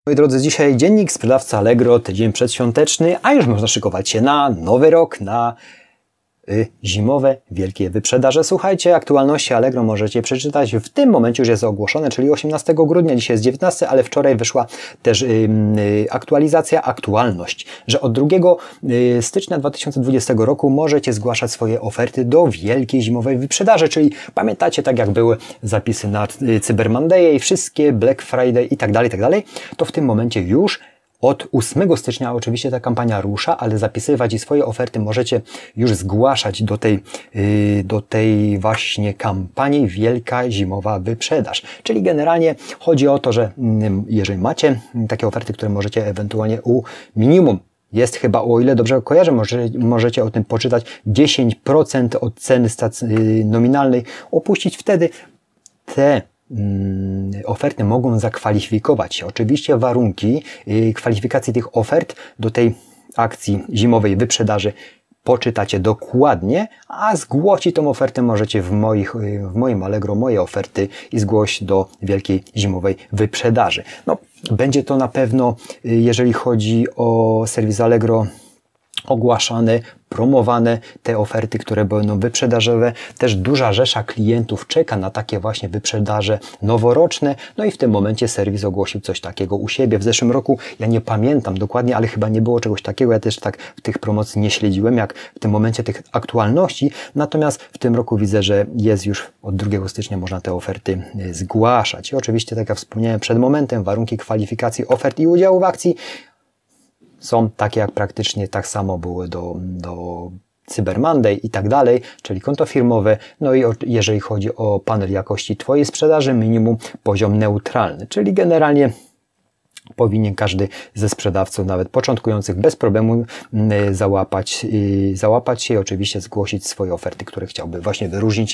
Moi drodzy, dzisiaj dziennik sprzedawca Allegro, tydzień przedświąteczny, a już można szykować się na nowy rok, na zimowe wielkie wyprzedaże. Słuchajcie, aktualności Allegro możecie przeczytać. W tym momencie już jest ogłoszone, czyli 18 grudnia, dzisiaj jest 19, ale wczoraj wyszła też aktualność, że od 2 stycznia 2020 roku możecie zgłaszać swoje oferty do wielkiej zimowej wyprzedaży, czyli pamiętacie, tak jak były zapisy na Cyber Monday, wszystkie Black Friday i tak dalej, to w tym momencie już od 8 stycznia oczywiście ta kampania rusza, ale zapisywać i swoje oferty możecie już zgłaszać do tej właśnie kampanii Wielka Zimowa Wyprzedaż. Czyli generalnie chodzi o to, że jeżeli macie takie oferty, które możecie ewentualnie minimum jest chyba, o ile dobrze kojarzę, możecie o tym poczytać, 10% od ceny nominalnej opuścić, wtedy te oferty mogą zakwalifikować się. Oczywiście warunki kwalifikacji tych ofert do tej akcji zimowej wyprzedaży poczytacie dokładnie, a zgłosić tą ofertę możecie w moim Allegro, moje oferty i zgłoś do wielkiej zimowej wyprzedaży. No, będzie to na pewno, jeżeli chodzi o serwis Allegro, ogłaszane, promowane te oferty, które będą wyprzedażowe. Też duża rzesza klientów czeka na takie właśnie wyprzedaże noworoczne. No i w tym momencie serwis ogłosił coś takiego u siebie. W zeszłym roku, ja nie pamiętam dokładnie, ale chyba nie było czegoś takiego. Ja też tak w tych promocji nie śledziłem, jak w tym momencie tych aktualności. Natomiast w tym roku widzę, że jest już od 2 stycznia można te oferty zgłaszać. I oczywiście, tak jak wspomniałem przed momentem, warunki kwalifikacji ofert i udziału w akcji są takie, jak praktycznie tak samo były do Cyber Monday i tak dalej, czyli konto firmowe. No i jeżeli chodzi o panel jakości Twojej sprzedaży, minimum poziom neutralny, czyli generalnie powinien każdy ze sprzedawców, nawet początkujących, bez problemu załapać się i oczywiście zgłosić swoje oferty, które chciałby właśnie wyróżnić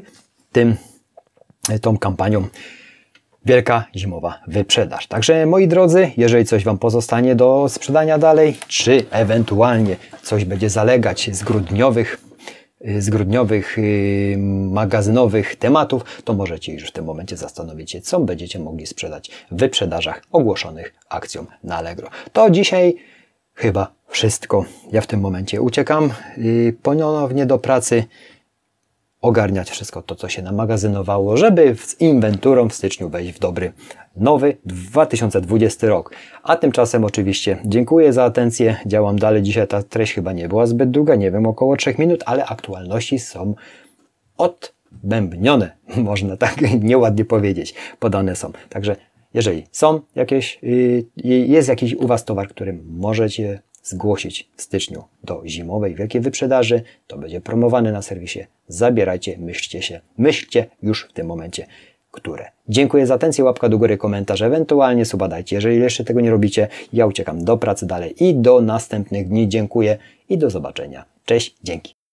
tą kampanią Wielka Zimowa Wyprzedaż. Także moi drodzy, jeżeli coś Wam pozostanie do sprzedania dalej, czy ewentualnie coś będzie zalegać z grudniowych magazynowych tematów, to możecie już w tym momencie zastanowić się, co będziecie mogli sprzedać w wyprzedażach ogłoszonych akcją na Allegro. To dzisiaj chyba wszystko. Ja w tym momencie uciekam ponownie do pracy, ogarniać wszystko to, co się namagazynowało, żeby z inwenturą w styczniu wejść w dobry, nowy 2020 rok. A tymczasem oczywiście dziękuję za atencję, działam dalej. Dzisiaj ta treść chyba nie była zbyt długa, nie wiem, około 3 minut, ale aktualności są odbębnione, można tak nieładnie powiedzieć, podane są. Także jeżeli są jest jakiś u Was towar, który możecie zgłosić w styczniu do zimowej wielkiej wyprzedaży, to będzie promowany na serwisie. Zabierajcie, myślcie już w tym momencie, które. Dziękuję za atencję, łapka do góry, komentarz, ewentualnie suba dajcie. Jeżeli jeszcze tego nie robicie, ja uciekam do pracy dalej i do następnych dni. Dziękuję i do zobaczenia. Cześć, dzięki.